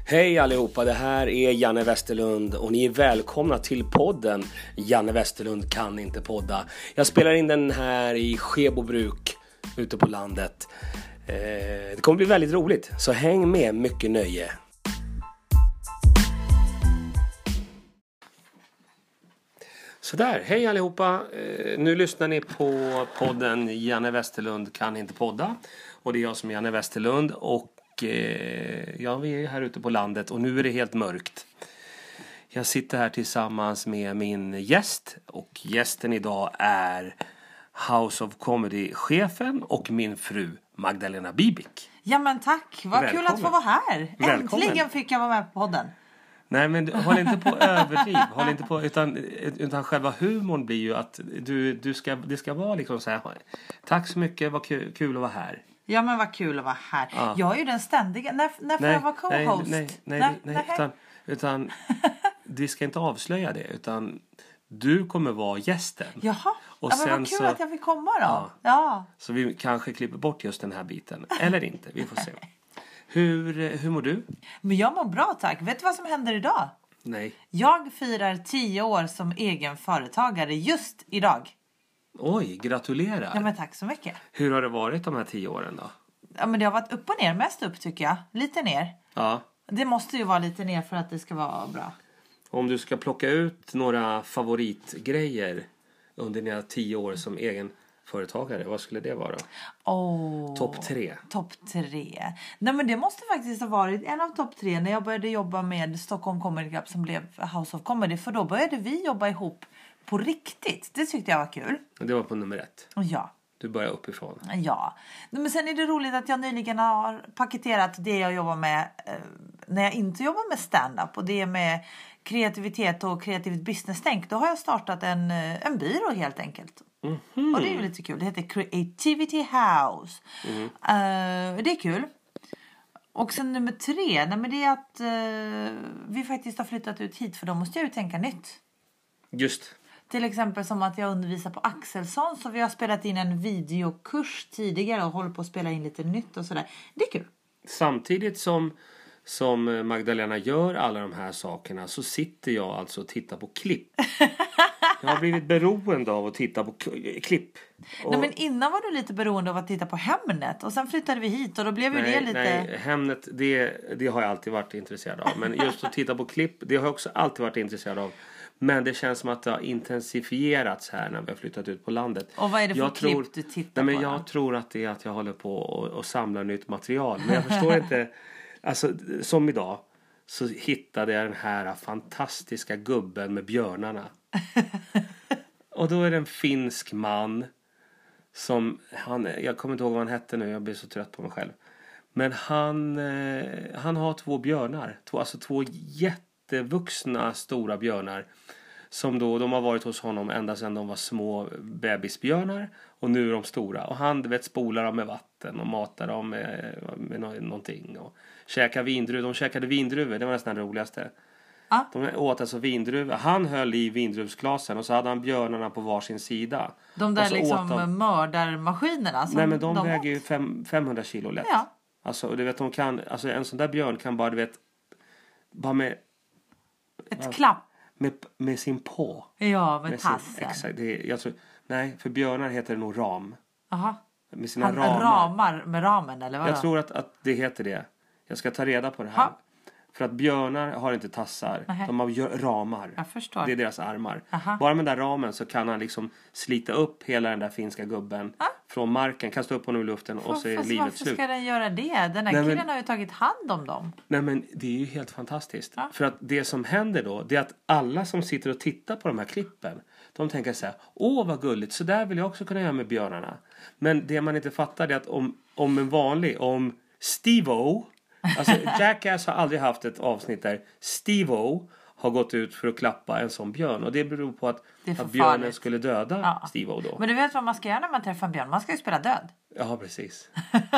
Hej allihopa, det här är Janne Westerlund och ni är välkomna till podden Janne Westerlund kan inte podda. Jag spelar in den här i Skebobruk ute på landet. Det kommer bli väldigt roligt, så häng med, mycket nöje. Sådär, hej allihopa. Nu lyssnar ni på podden Janne Westerlund kan inte podda. Och det är jag som är Janne Westerlund och vi är här ute på landet och nu är det helt mörkt. Jag sitter här tillsammans med min gäst och gästen idag är House of Comedy-chefen och min fru Magdalena Bibik. Ja men tack, vad Välkommen. kul att få vara här. Välkommen. Äntligen fick jag vara med på podden. Nej men håll inte på överdriv, håll inte på, utan själva humorn blir ju att det ska vara liksom så här. Tack så mycket, vad kul att vara här. Ja men vad kul att vara här. Ja. Jag är ju den ständiga, när får jag vara co-host? Nej, utan vi ska inte avslöja det, utan du kommer vara gästen. Jaha, och men vad kul att jag fick komma då. Ja. Så vi kanske klipper bort just den här biten, eller inte, vi får se. Hur mår du? Men jag mår bra tack, vet du vad som händer idag? Nej. Jag firar 10 år som egen företagare just idag. Oj, gratulerar. Ja men tack så mycket. Hur har det varit de här 10 åren då? Ja men det har varit upp och ner, mest upp tycker jag. Lite ner. Ja. Det måste ju vara lite ner för att det ska vara bra. Om du ska plocka ut några favoritgrejer under dina 10 år som egen företagare, vad skulle det vara? Topp 3. Topp 3. Nej men det måste faktiskt ha varit en av topp 3 när jag började jobba med Stockholm Comedy Club som blev House of Comedy. För då började vi jobba ihop på riktigt. Det tyckte jag var kul. Det var på nummer 1. Ja. Du börjar uppifrån. Ja. Men sen är det roligt att jag nyligen har paketerat det jag jobbar med när jag inte jobbar med stand-up. Och det är med kreativitet och kreativt business-tänk. Då har jag startat en byrå helt enkelt. Mm-hmm. Och det är ju lite kul. Det heter Creativity House. Mm-hmm. Det är kul. Och sen nummer 3. Nej, men det är att vi faktiskt har flyttat ut hit. För då måste jag ju tänka nytt. Just. Till exempel som att jag undervisar på Axelsson. Så vi har spelat in en videokurs tidigare. Och håller på att spela in lite nytt och sådär. Det är kul. Samtidigt som Magdalena gör alla de här sakerna så sitter jag alltså och tittar på klipp. Jag har blivit beroende av att titta på klipp. Nej, men innan var du lite beroende av att titta på Hemnet. Och sen flyttade vi hit och då blev ju det lite... Nej, Hemnet det har jag alltid varit intresserad av. Men just att titta på klipp, det har jag också alltid varit intresserad av. Men det känns som att det har intensifierats här när vi har flyttat ut på landet. Och vad är det för klipp du tittar på? Jag tror att det är att jag håller på och samlar nytt material. Men jag förstår inte... Alltså, som idag så hittade jag den här fantastiska gubben med björnarna. Och då är det en finsk man som jag kommer inte ihåg vad han hette nu, jag blir så trött på mig själv. Men han har 2 björnar, två jättevuxna stora björnar som då de har varit hos honom ända sedan de var små bebisbjörnar och nu är de stora och han spolar dem med vatten och matar dem med någonting och käkar vindruvor. De käkade vindruvor, det var nästan det roligaste. De åt alltså vindruvor. Han höll i vindruvsglasen och så hade han björnarna på varsin sida. De där liksom mördarmaskinerna som nej men de väger ju 500 kilo lätt. Ja. Alltså du vet en sån där björn kan bara med ett klapp med sin på. Ja, med tassen. Exakt. Nej, för björnar heter det nog ram. Aha. Med sina ramar med ramen eller vad? Jag tror att det heter det. Jag ska ta reda på det här. För att björnar har inte tassar. Nähe. De har ramar. Jag förstår. Det är deras armar. Aha. Bara med den där ramen så kan han liksom slita upp hela den där finska gubben från marken. Kasta upp honom i luften och så är livet varför slut. Ska den göra det? Den här killen har ju tagit hand om dem. Nej men det är ju helt fantastiskt. För att det som händer då, det är att alla som sitter och tittar på de här klippen, de tänker så här: åh vad gulligt, så där vill jag också kunna göra med björnarna. Men det man inte fattar är att om Steve-O, alltså Jackass har aldrig haft ett avsnitt där Steve-O har gått ut för att klappa en sån björn. Och det beror på att björnen skulle döda Steve-O då. Men du vet vad man ska göra när man träffar en björn? Man ska ju spela död. Ja, precis.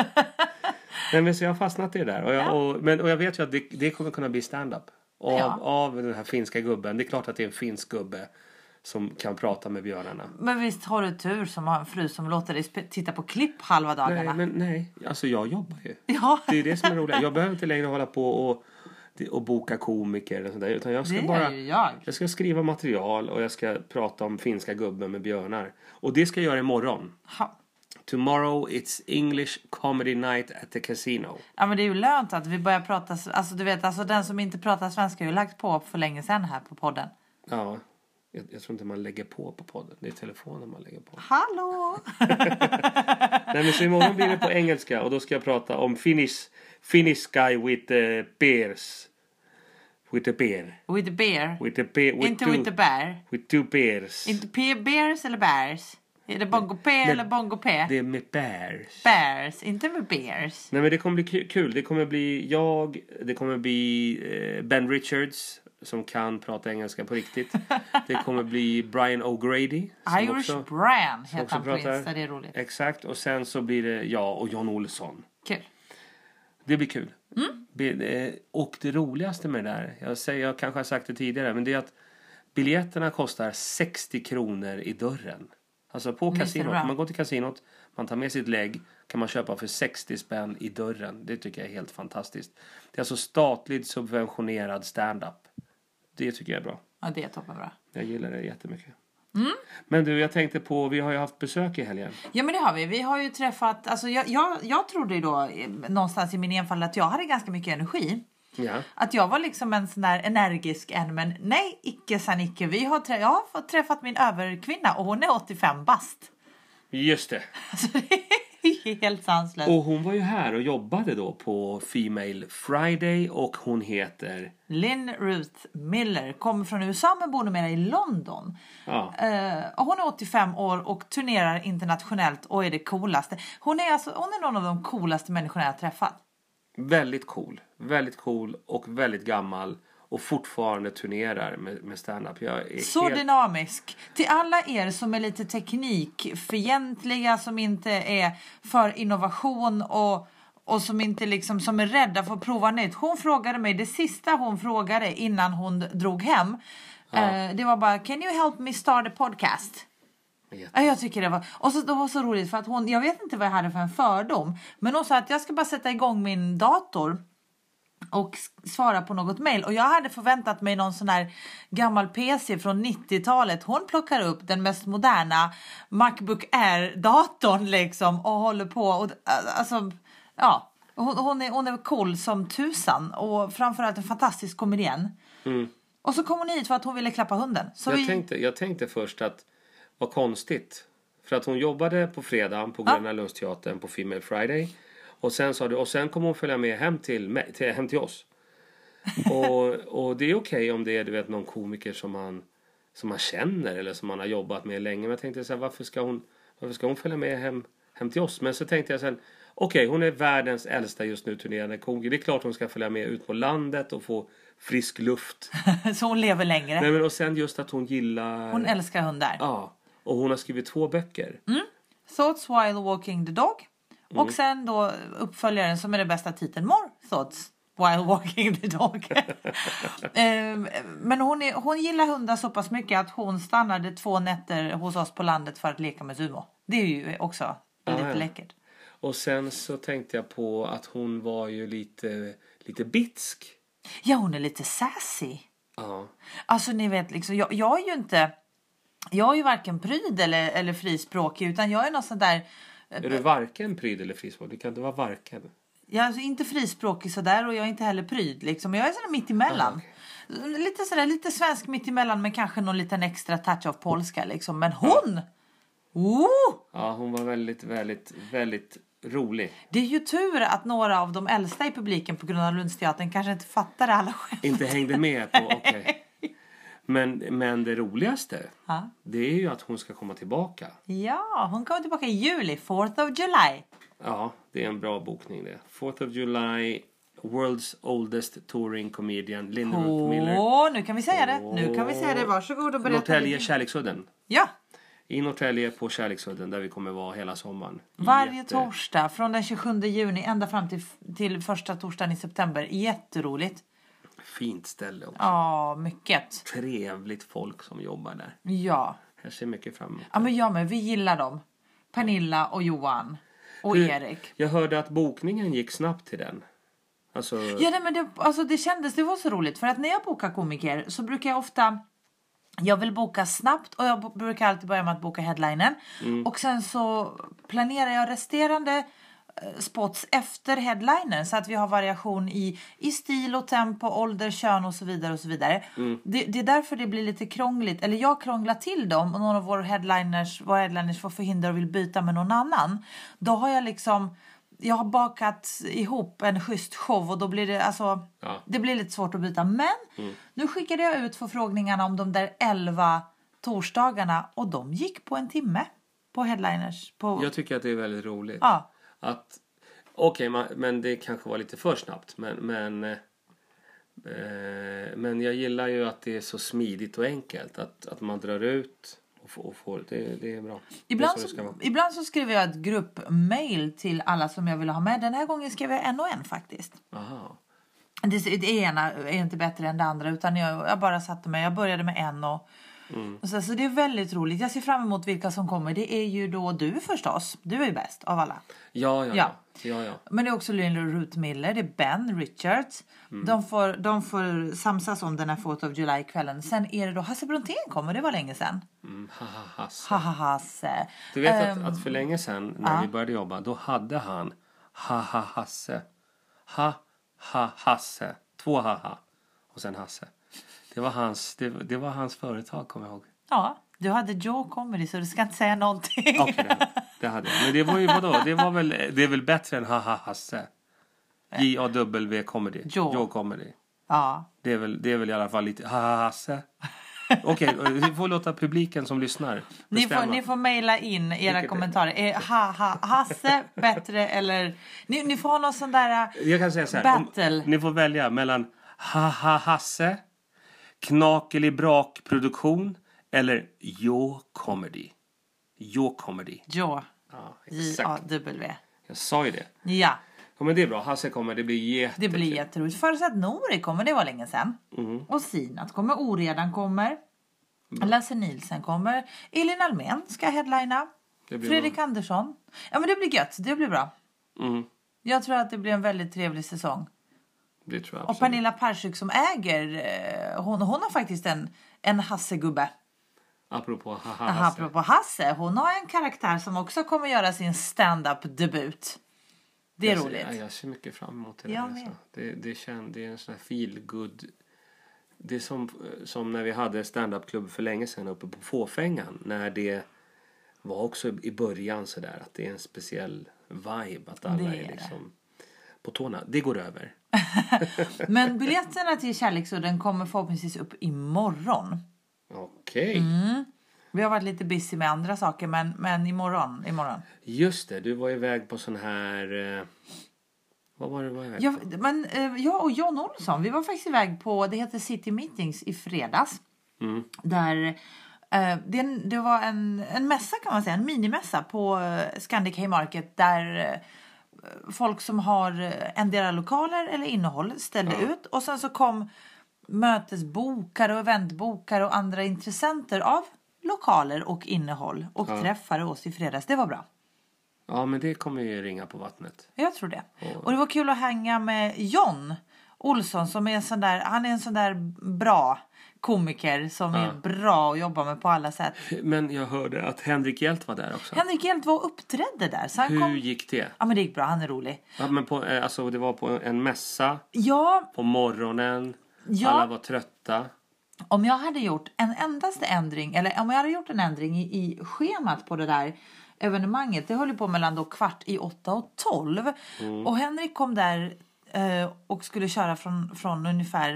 Men så jag har fastnat i det där. Och jag vet ju att det kommer kunna bli stand-up. Av den här finska gubben. Det är klart att det är en finsk gubbe som kan prata med björnarna. Men visst har du tur som har en fru som låter dig titta på klipp halva dagarna. Nej, alltså jag jobbar ju. Ja. Det är det som är roligt. Jag behöver inte längre hålla på och och boka komiker eller sånt där. Utan jag ska Det bara... är ju jag. Jag ska skriva material och jag ska prata om finska gubben med björnar. Och det ska jag göra imorgon. Ha. Tomorrow it's English comedy night at the casino. Ja, men det är ju lönt att vi börjar prata... Alltså du vet, alltså den som inte pratar svenska har ju lagt på för länge sedan här på podden. Ja, jag tror inte man lägger på podden. Det är telefonen man lägger på. Hallå! Nej, men så imorgon blir det på engelska. Och då ska jag prata om Finnish guy with the bears. With the bear. With the bear. With the bear. Inte with the bear. With two bears. Inte bears eller bears? Är det bongo P eller bongo P? Det är med bears. Bears, inte med bears. Nej, men det kommer bli kul. Det kommer bli det kommer bli Ben Richards som kan prata engelska på riktigt. Det kommer bli Brian O'Grady. Irish Brian heter han på pratar. Insta, det är roligt. Exakt, och sen så blir det jag och John Olsson. Kul. Det blir kul. Och det roligaste med det där, jag kanske har sagt det tidigare, men det är att biljetterna kostar 60 kronor i dörren. Alltså på kasinot, om man går till kasinot, man tar med sitt lägg, kan man köpa för 60 spänn i dörren. Det tycker jag är helt fantastiskt. Det är alltså statligt subventionerad stand-up. Det tycker jag är bra. Ja, det är toppenbra. Jag gillar det jättemycket. Men du, jag tänkte på, vi har ju haft besök i helgen. Ja, men det har vi. Vi har ju träffat, alltså jag trodde ju då någonstans i min enfald att jag hade ganska mycket energi. Ja. Att jag var liksom en sån där energisk en, men nej, icke san icke. Jag har fått träffat min överkvinna och hon är 85 bast. Just det. Alltså det är helt sanslöst. Och hon var ju här och jobbade då på Female Friday och hon heter... Lynn Ruth Miller, kommer från USA men bor numera i London. Ja. Och hon är 85 år och turnerar internationellt och är det coolaste. Hon är någon av de coolaste människorna jag har träffat. Väldigt cool och väldigt gammal och fortfarande turnerar med stand-up. Jag är så dynamisk. Till alla er som är lite teknikfientliga, som inte är för innovation och som inte liksom, som är rädda för att prova nytt. Hon frågade mig, det sista hon frågade innan hon drog hem, det var bara, can you help me start a podcast? Jag tycker det var, och så, det var så roligt för att jag vet inte vad jag hade för en fördom, men hon sa att jag ska bara sätta igång min dator och svara på något mejl. Och jag hade förväntat mig någon sån här gammal PC från 90-talet. Hon plockar upp den mest moderna MacBook Air-datorn liksom och håller på. Och, alltså, ja, hon är cool som tusan och framförallt en fantastisk komedian. Och så kom hon hit för att hon ville klappa hunden. Så jag tänkte först att vad konstigt. För att hon jobbade på fredagen på Gröna Lundsteatern på Female Friday. Och sen sa du, och sen kommer hon följa med hem till oss. och det är okej om det är, du vet, någon komiker som man känner eller som man har jobbat med länge. Men jag tänkte så här, varför ska hon följa med hem till oss? Men så tänkte jag sen, okej, hon är världens äldsta just nu turnerande komiker. Det är klart hon ska följa med ut på landet och få frisk luft. Så hon lever längre. Nej, men och sen just att hon gillar... Hon älskar hundar. Ja, och hon har skrivit 2 böcker. Thoughts While Walking the Dog. Och sen då uppföljaren som är den bästa titeln, More Thoughts While Walking the Dog. Men hon gillar hundar så pass mycket att hon stannade 2 nätter hos oss på landet för att leka med Sumo. Det är ju också lite läckert. Och sen så tänkte jag på att hon var ju lite bitsk. Ja, hon är lite sassy. Ja. Alltså ni vet liksom, jag är ju varken pryd eller frispråkig, utan jag är någon sån där... Är du varken pryd eller frispråkig? Det kan inte vara varken. Jag är alltså inte frispråkig sådär och jag är inte heller pryd liksom. Jag är sådär mitt emellan. Lite svensk mitt emellan, men kanske någon liten extra touch av polska liksom. Men hon! Ja, hon var väldigt, väldigt, väldigt rolig. Det är ju tur att några av de äldsta i publiken på Gröna Lundsteatern kanske inte fattade alla skämt. Inte hängde med på, okej. Men det roligaste, det är ju att hon ska komma tillbaka. Ja, hon kommer tillbaka i juli, 4th of July. Ja, det är en bra bokning det. 4th of July, World's Oldest Touring Comedian, Lynn Ruth Miller. Nu kan vi säga det. Varsågod och berätta. Norrtälje, Kärleksudden. Ja. I Norrtälje på Kärleksudden, där vi kommer vara hela sommaren. Varje torsdag från den 27 juni ända fram till första torsdagen i september. Jätteroligt. Fint ställe också. Ja, mycket. Trevligt folk som jobbar där. Ja. Jag ser mycket fram emot. Ja, men vi gillar dem. Pernilla och Johan och Erik. Jag hörde att bokningen gick snabbt till den. Alltså... Ja, nej, men det kändes, det var så roligt. För att när jag bokar komiker så brukar jag ofta... Jag vill boka snabbt och jag brukar alltid börja med att boka headlinen. Och sen så planerar jag resterande spots efter headlinen så att vi har variation i stil och tempo, ålder, kön och så vidare och så vidare. Det är därför det blir lite krångligt, eller jag krånglar till dem och någon av våra headliners får förhindra och vill byta med någon annan. Då har jag har bakat ihop en schysst show och då blir det det blir lite svårt att byta. Men nu skickade jag ut förfrågningarna om de där 11 torsdagarna och de gick på en timme på headliners. Jag tycker att det är väldigt roligt. Ja. Okej, men det kanske var lite för snabbt. Men jag gillar ju att det är så smidigt och enkelt. Att man drar ut och får det är bra. Ibland så skriver jag ett gruppmail till alla som jag vill ha med. Den här gången skrev jag en och en faktiskt. Aha. Det ena är inte bättre än det andra. Utan jag bara satte mig. Jag började med en och så det är väldigt roligt. Jag ser fram emot vilka som kommer. Det är ju då du förstås. Du är ju bäst av alla. Ja. Men det är också Lynn och Ruth Miller. Det är Ben Richards. De får samsas om den här 4th of July-kvällen. Sen är det då Hasse Brontén kommer. Det var länge sedan. Hasse. Du vet att för länge sedan när vi började jobba. Då hade han Hasse. Hasse. 2 haha. Och sen Hasse. Det var hans företag, kommer jag ihåg. Ja, du hade Joe Comedy så du ska inte säga någonting. Okej, det hade jag. Men det var ju vadå? Det är väl bättre än Hasse. J-A-W Comedy. Joe Comedy. Ja. Det är väl i alla fall lite Hasse. Okej, vi får låta publiken som lyssnar bestämma. Ni får mejla in era kommentarer. Är Hasse bättre eller... Ni får ha någon sån där jag kan säga så här, battle. Ni får välja mellan Hasse, Knakelig brakproduktion eller Joe Comedy. Joe Comedy. Joe. Ja, exakt. J-A-W. Jag sa ju det. Ja. Ja, men det är bra. Hasse kommer. Det blir jätteroligt. Först att Nori kommer, det var länge sedan. Och Sinat kommer. Oredan kommer. Lasse Nielsen kommer. Elin Almen ska headlina. Fredrik Andersson. Ja, men det blir gött. Det blir bra. Jag tror att det blir en väldigt trevlig säsong. Det tror jag absolut. Och Pernilla Persik som äger, hon har faktiskt en Hasse-gubbe. Apropå Hasse. Hon har en karaktär som också kommer göra sin stand-up-debut. Det är roligt. Jag ser mycket fram emot det. Det är en sån här feel-good. Det är som när vi hade stand-up-klubb för länge sedan uppe på Fåfängan. När det var också i början så där att det är en speciell vibe. Att alla är liksom på tårna. Det går över. Men biljetterna till Kärleksudden kommer förhoppningsvis upp imorgon. Okej. Vi har varit lite busy med andra saker, men imorgon. Just det, du var iväg på sån här... Vad var det iväg på? Jag och John Olsson, vi var faktiskt iväg på, det heter City Meetings i fredags. Där det var en mässa kan man säga, en minimässa på Scandic Haymarket där folk som har endera lokaler eller innehåll ställde ut. Och sen så kom mötesbokare och eventbokare och andra intressenter av lokaler och innehåll och träffade oss i fredags. Det var bra. Ja, men det kommer ju ringa på vattnet. Jag tror det. Och det var kul att hänga med John Olsson som är en sån där bra komiker som är bra att jobba med på alla sätt. Men jag hörde att Henrik Hjelt var där också. Henrik Hjelt var och uppträdde där. Så hur gick det? Ja, men det gick bra. Han är rolig. Ja, men det var på en mässa. Ja. På morgonen. Ja. Alla var trötta. Om jag hade gjort en ändring i schemat på det där evenemanget. Det höll ju på mellan då 7:45 och 12. Och Henrik kom där och skulle köra från ungefär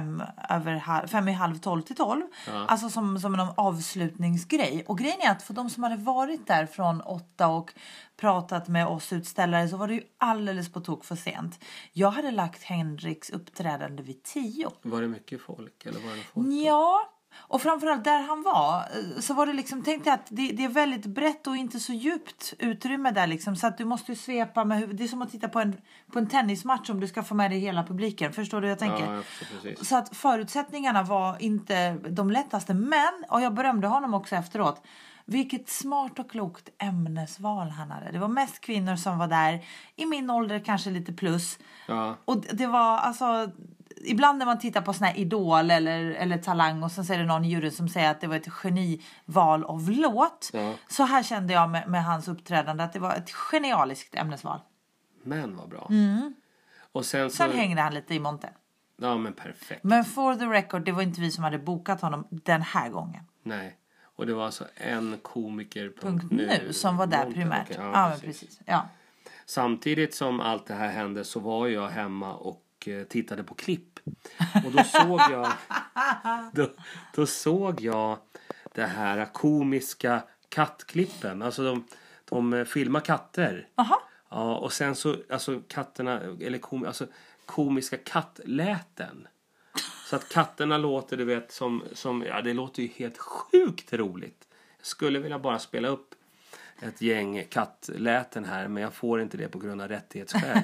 11:55 till 12. Alltså som en avslutningsgrej. Och grejen är att för de som hade varit där från 8 och pratat med oss utställare så var det ju alldeles på tok för sent. Jag hade lagt Henriks uppträdande vid 10. Var det mycket folk? Eller var det folk? Ja. Och framförallt där han var så var det liksom, tänkte jag att det är väldigt brett och inte så djupt utrymme där liksom, så att du måste ju svepa med huvudet. Det är som att titta på en tennismatch om du ska få med dig hela publiken. Förstår du hur jag tänker? Ja, jag förstår precis. Så att förutsättningarna var inte de lättaste, men, och jag berömde honom också efteråt, Vilket smart och klokt ämnesval han hade. Det var mest kvinnor som var där. I min ålder kanske lite plus. Ja. Och det var alltså... Ibland när man tittar på sån här Idol eller Talang och så säger det någon i juryn som säger att det var ett genival av låt. Ja. Så här kände jag med hans uppträdande att det var ett genialiskt ämnesval. Men vad bra. Och Sen hängde han lite i monten. Ja, men perfekt. Men for the record, det var inte vi som hade bokat honom den här gången. Nej. Och det var alltså en komiker .nu som var där primärt. Okay. Ja, men precis. Ja. Samtidigt som allt det här hände så var jag hemma och tittade på klipp. Och då såg jag då såg jag det här komiska kattklippen. Alltså de filmar katter. Aha. Ja, och sen så alltså katterna eller komiska kattläten. Så att katterna låter, du vet, som ja, det låter ju helt sjukt roligt. Jag skulle vilja bara spela upp ett gäng kattläten här, men jag får inte det på grund av rättighetsskäl.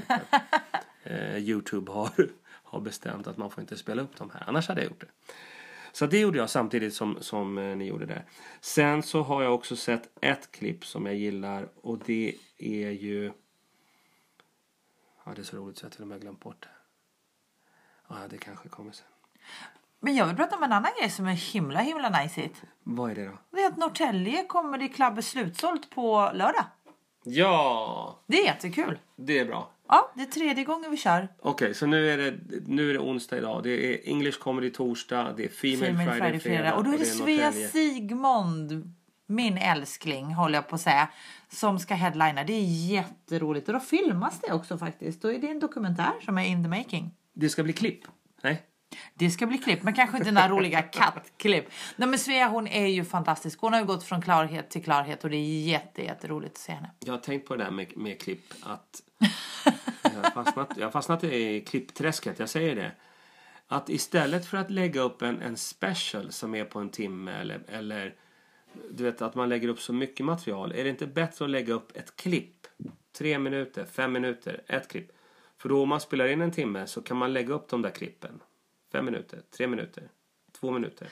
YouTube har bestämt att man får inte spela upp dem här. Annars hade jag gjort det. Så det gjorde jag samtidigt som ni gjorde det. Sen så har jag också sett ett klipp som jag gillar, och det är ju... Ja, det är så roligt så jag till och med glömt bort det. Ja, det kanske kommer sen. Men jag vill prata om en annan grej som är himla najsigt. Vad är det då? Det är att Norrtälje Comedy Club är slutsålt på lördag. Ja! Det är jättekul. Det är bra. Ja, det är 3:e gången vi kör. Okej, så nu är det onsdag idag. Det är English Comedy torsdag. Det är Female Friday fredag. Och då är det Svea Norrtälje. Sigmund, min älskling, håller jag på att säga, som ska headlina. Det är jätteroligt. Och då filmas det också faktiskt. Då är det en dokumentär som är in the making. Det ska bli klipp. Nej? Det ska bli klipp, men kanske inte några roliga kattklipp. Nej, men Svea, hon är ju fantastisk. Hon har ju gått från klarhet till klarhet och det är jätteroligt att se henne. Jag har tänkt på det där med klipp att jag har fastnat i klippträsket, jag säger det. Att istället för att lägga upp en special som är på en timme eller du vet att man lägger upp så mycket material, är det inte bättre att lägga upp ett klipp? 3 minuter, 5 minuter, ett klipp. För då om man spelar in en timme så kan man lägga upp de där klippen. 5 minuter, 3 minuter, 2 minuter.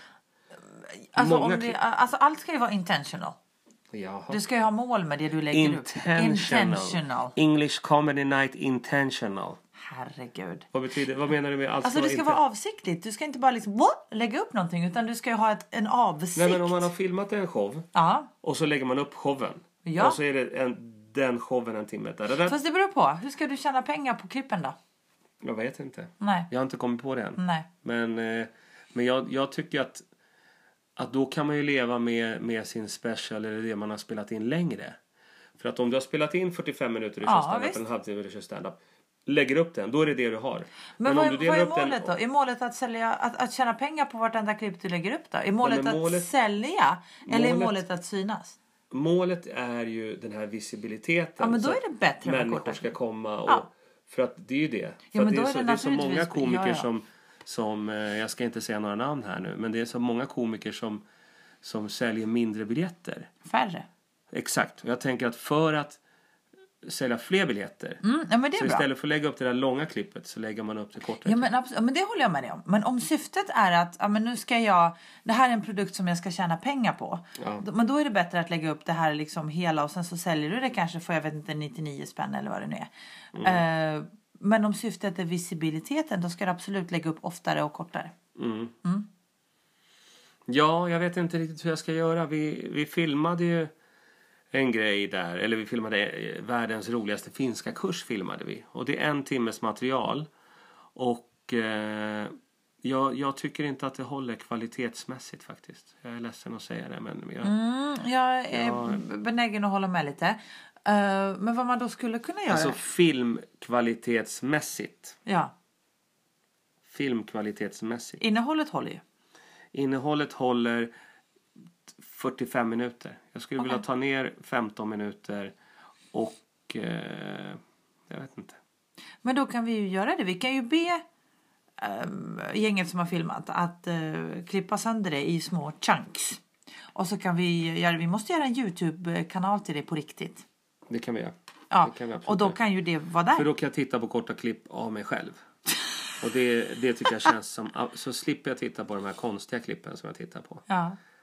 Alltså allt ska ju vara intentional. Jaha. Du ska ju ha mål med det du lägger upp. Intentional. English Comedy Night Intentional. Herregud. Vad menar du med allt? Alltså det ska vara avsiktligt. Du ska inte bara liksom lägga upp någonting, utan du ska ju ha en avsikt. Nej, men om man har filmat en show och så lägger man upp showen. Ja. Och så är det den showen en timme. Fast det beror på. Hur ska du tjäna pengar på klippen då? Jag vet inte. Nej. Jag har inte kommit på det än. Nej. Men jag tycker att då kan man ju leva med sin special eller det man har spelat in längre. För att om du har spelat in 45 minuter och kör stand-up, en halvtimme och kör stand-up, lägger upp den, då är det det du har. Men om vad du delar är upp målet den, då? Är målet att tjäna pengar på vartenda klipp du lägger upp då? Är målet att sälja? Eller är målet att synas? Målet är ju den här visibiliteten. Ja, men då är det bättre med människor ska komma och för att det är ju det. För Ja, men det då är så många komiker som jag ska inte säga några namn här nu, men det är så många komiker som säljer mindre biljetter. Färre. Exakt. Och jag tänker att för att sälja fler biljetter. Ja, men det är så bra. istället för att lägga upp det där långa klippet så lägger man upp det kortare. Ja, men absolut, men det håller jag med dig om. Men om syftet är att men nu ska det här är en produkt som jag ska tjäna pengar på. Ja. Men då är det bättre att lägga upp det här liksom hela och sen så säljer du det kanske för, jag vet inte, 99 spänn eller vad det nu är. Men om syftet är visibiliteten, då ska du absolut lägga upp oftare och kortare. Ja, jag vet inte riktigt hur jag ska göra. Vi filmade ju en grej där. Eller vi filmade världens roligaste finska kurs filmade vi. Och det är 1 timmes material. Och jag tycker inte att det håller kvalitetsmässigt faktiskt. Jag är ledsen att säga det. Men jag är benägen att hålla med lite. Men vad man då skulle kunna göra? Alltså filmkvalitetsmässigt. Ja. Filmkvalitetsmässigt. Innehållet håller ju. Innehållet håller 45 minuter. Jag skulle vilja ta ner 15 minuter och jag vet inte. Men då kan vi ju göra det. Vi kan ju be gänget som har filmat att klippa sönder det i små chunks. Och så kan vi måste göra en YouTube-kanal till det på riktigt. Det kan vi göra. Ja, det kan vi och då kan ju det vara där. För då kan jag titta på korta klipp av mig själv. Och det tycker jag känns som... Så slipper jag titta på de här konstiga klippen som jag tittar på. Ja.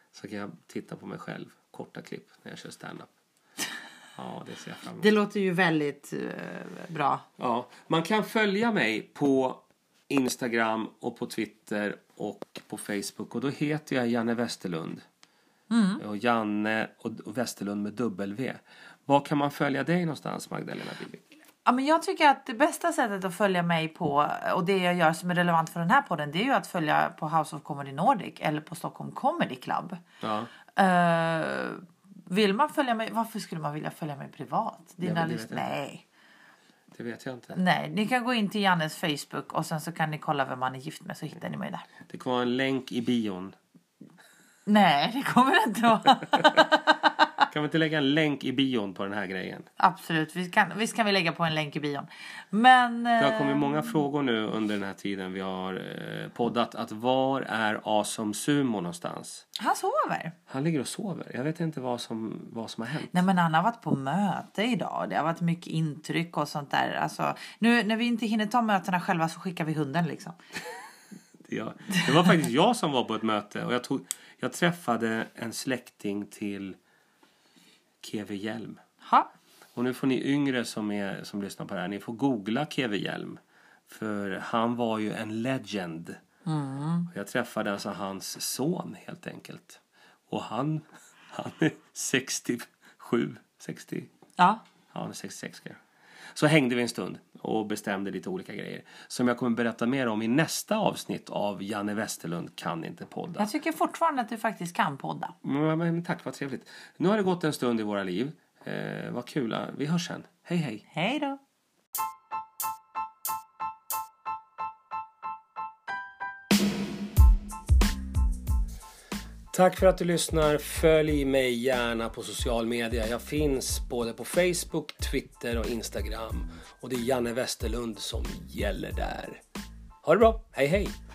Så kan jag titta på mig själv. Korta klipp när jag kör stand-up. Ja, det ser jag fram emot. Det låter ju väldigt bra. Ja, man kan följa mig på Instagram och på Twitter och på Facebook. Och då heter jag Janne Westerlund. Och Janne och Westerlund med W. Var kan man följa dig någonstans, Magdalena Bibi? Ja, men jag tycker att det bästa sättet att följa mig på, och det jag gör som är relevant för den här podden, det är ju att följa på House of Comedy Nordic eller på Stockholm Comedy Club. Ja. Vill man följa mig, varför skulle man vilja följa mig privat? Nej. Det vet jag inte. Nej, ni kan gå in till Jannes Facebook och sen så kan ni kolla vem man är gift med, så hittar ni mig där. Det kommer vara en länk i bion. Nej, det kommer det inte vara. Kan vi inte lägga en länk i bion på den här grejen? Absolut, visst kan vi lägga på en länk i bion. Men det har kommit många frågor nu under den här tiden vi har poddat. Att var är Awesome Sumo någonstans? Han sover. Han ligger och sover. Jag vet inte vad som har hänt. Nej, men han har varit på möte idag. Det har varit mycket intryck och sånt där. Alltså, nu när vi inte hinner ta mötena själva så skickar vi hunden liksom. Ja, det var faktiskt jag som var på ett möte. Och jag träffade en släkting till Keve Hjelm. Ha. Och nu får ni yngre som lyssnar på det här, ni får googla Keve Hjelm. För han var ju en legend. Jag träffade alltså hans son helt enkelt. Och han är 67, 60. Ja. Han är 66 kanske. Så hängde vi en stund och bestämde lite olika grejer. Som jag kommer berätta mer om i nästa avsnitt av Janne Westerlund kan inte podda. Jag tycker fortfarande att du faktiskt kan podda. Men tack, vad trevligt. Nu har det gått en stund i våra liv. Vad kul. Vi hörs sen. Hej hej. Hej då. Tack för att du lyssnar. Följ mig gärna på social media. Jag finns både på Facebook, Twitter och Instagram. Och det är Janne Westerlund som gäller där. Ha det bra. Hej hej.